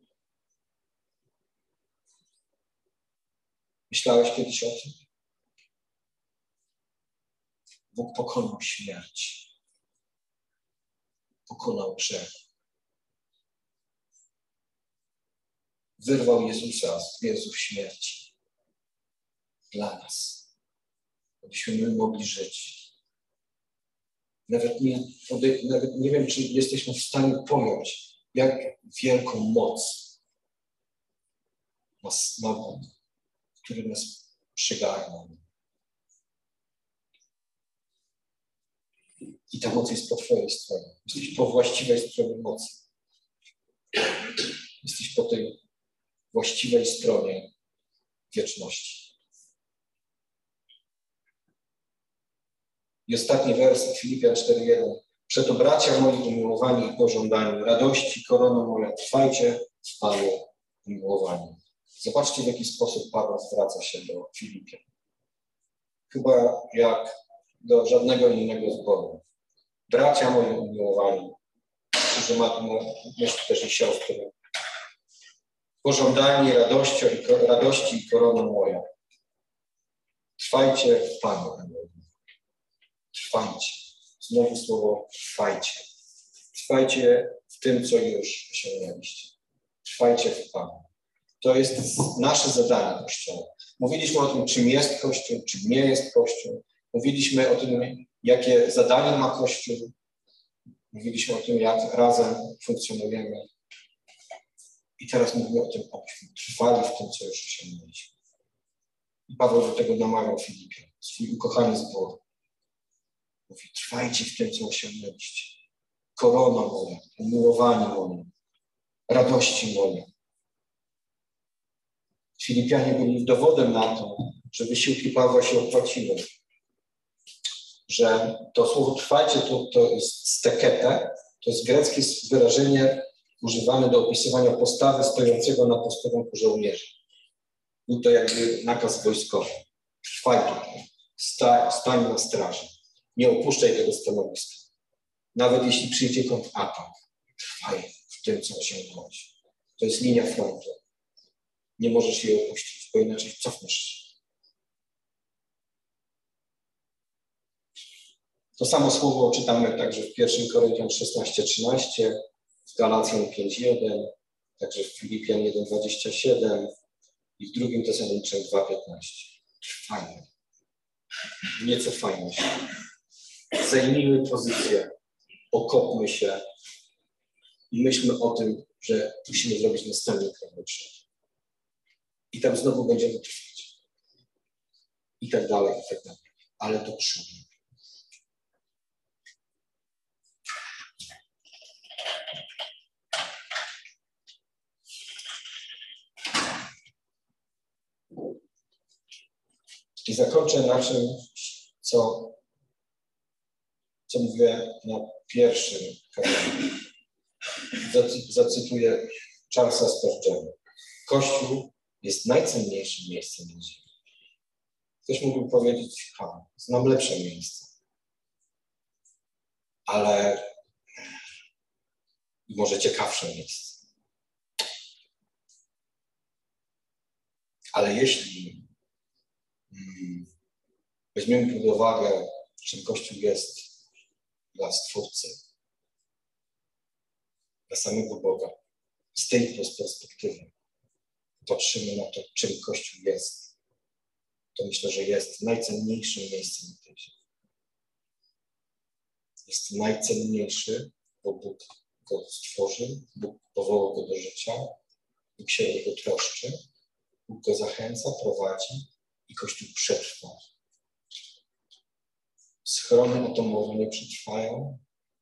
Myślałeś kiedyś o tym? Bóg pokonał śmierć. Pokonał grzech. Wyrwał Jezusa z więzów śmierci. Dla nas. Abyśmy my mogli żyć. Nawet nie, nawet nie wiem, czy jesteśmy w stanie pojąć, jak wielką moc ma Bóg, który nas przygarnął. I ta moc jest po twojej stronie. Jesteś po właściwej stronie mocy. Jesteś po tej właściwej stronie wieczności. I ostatni werset, Filipian cztery jeden. Przeto bracia moi umiłowani i pożądani, radości, korono moja, trwajcie w Panu umiłowani. Zobaczcie, w jaki sposób Paweł zwraca się do Filipian. Chyba jak do żadnego innego zboru. Bracia moi umiłowani, którzy ma na myśli też i siostry, pożądani radością i, radości i koroną moja. Trwajcie w Panu. Trwajcie. Znowu słowo trwajcie. Trwajcie w tym, co już osiągnęliście. Trwajcie w Panu. To jest nasze zadanie Kościoła. Mówiliśmy o tym, czym jest Kościół, czym nie jest Kościół. Mówiliśmy o tym, jakie zadanie ma Kościół. Mówiliśmy o tym, jak razem funkcjonujemy. I teraz mówimy o tym, abyśmy trwali w tym, co już osiągnęliśmy. I Paweł do tego namawiał Filipian, swój ukochany zbór. Mówi, trwajcie w tym, co osiągnęliście. Korona moja, umiłowani moje, radości moje. Filipianie byli dowodem na to, że wysiłki Pawła się opłaciły. Że to słowo trwajcie to, to jest stekete, to jest greckie wyrażenie używane do opisywania postawy stojącego na posterunku żołnierza. Był to jakby nakaz wojskowy. Trwaj tutaj, sta, stań na straży. Nie opuszczaj tego stanowiska. Nawet jeśli przyjdzie kontratak, trwaj w tym, co osiągnąłeś. To jest linia frontu. Nie możesz jej opuścić, bo inaczej cofniesz się. To samo słowo czytamy także w pierwszym Koryntian szesnaście trzynaście, w Galacjan pięć jeden, także w Filipian jeden dwadzieścia siedem i w drugim Tesaloniczan dwa piętnaście. Trwajmy. Nie cofajmy się. Zajmijmy pozycję. Okopmy się i myślmy o tym, że musimy zrobić następny krok do przodu. I tam znowu będziemy trwać. I tak dalej, i tak dalej. Ale do przodu. I zakończę na czymś, co, co mówię na pierwszym kanale. Zacytuję Charlesa Spurgeona. Kościół jest najcenniejszym miejscem na ziemi. Ktoś mógłby powiedzieć, ha, znam lepsze miejsce. Ale może ciekawsze miejsce. Ale jeśli hmm, weźmiemy pod uwagę, czym Kościół jest dla Stwórcy, dla samego Boga, z tej perspektywy patrzymy na to, czym Kościół jest, to myślę, że jest najcenniejszym miejscem na tej ziemi. Jest najcenniejszy, bo Bóg go stworzył, Bóg powołał go do życia, Bóg się o niego troszczy, Bóg go zachęca, prowadzi i Kościół przetrwa. Schrony atomowe nie przetrwają.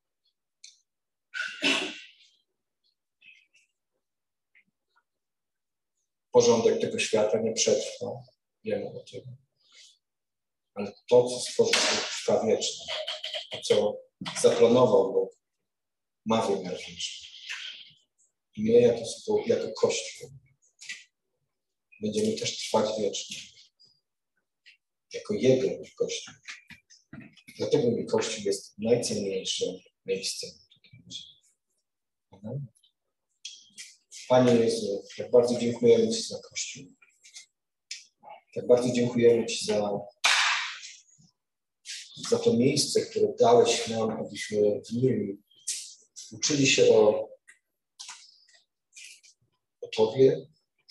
Porządek tego świata nie przetrwa. Wiemy o tym. Ale to, co stworzył, trwa wiecznie. To, co zaplanował Bóg, ma wymiar wieczny. I my, jako, jako Kościół, będziemy też trwać wiecznie. Jako Jego Kościół. Dlatego mi Kościół jest najcenniejszym miejscem. Amen. Panie Jezu, tak bardzo dziękujemy Ci za Kościół. Tak bardzo dziękujemy Ci za, za to miejsce, które dałeś nam, abyśmy w nim uczyli się o, o Tobie,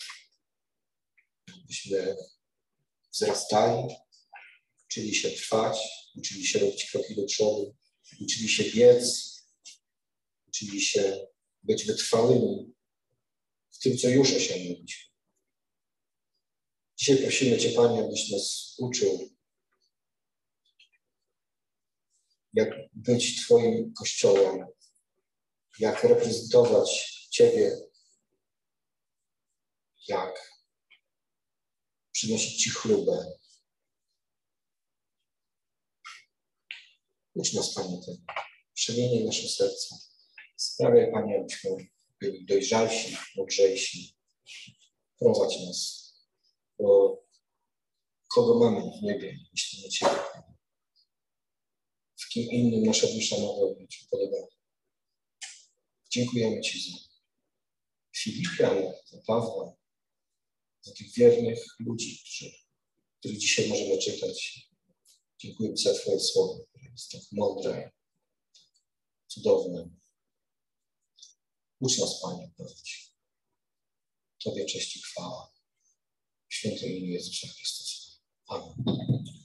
abyśmy wzrastali, uczyli się trwać, uczyli się robić kroki do przodu, uczyli się biec, uczyli się być wytrwałymi w tym, co już osiągnęliśmy. Dzisiaj prosimy Cię, Panie, abyś nas uczył, jak być Twoim Kościołem, jak reprezentować Ciebie, jak przynosić Ci chlubę. Ucz nas, Panie, tego. Przemieniaj nasze serca. Sprawiaj, Panie, abyśmy byli dojrzalsi, mądrzejsi. Prowadź nas, bo kogo mamy w niebie, jeśli nie Ciebie? W kim innym nasza dusza mogła być upodobana. Dziękujemy Ci za Filipian, za Pawła, za tych wiernych ludzi, którzy, których dzisiaj możemy czytać. Dziękuję Ci za Twoje słowo, które jest tak mądre, cudowne. Ucz nas, Panie, prowadź. Tobie cześć i chwała. W świętym imieniu Jezusa Chrystusa. Amen.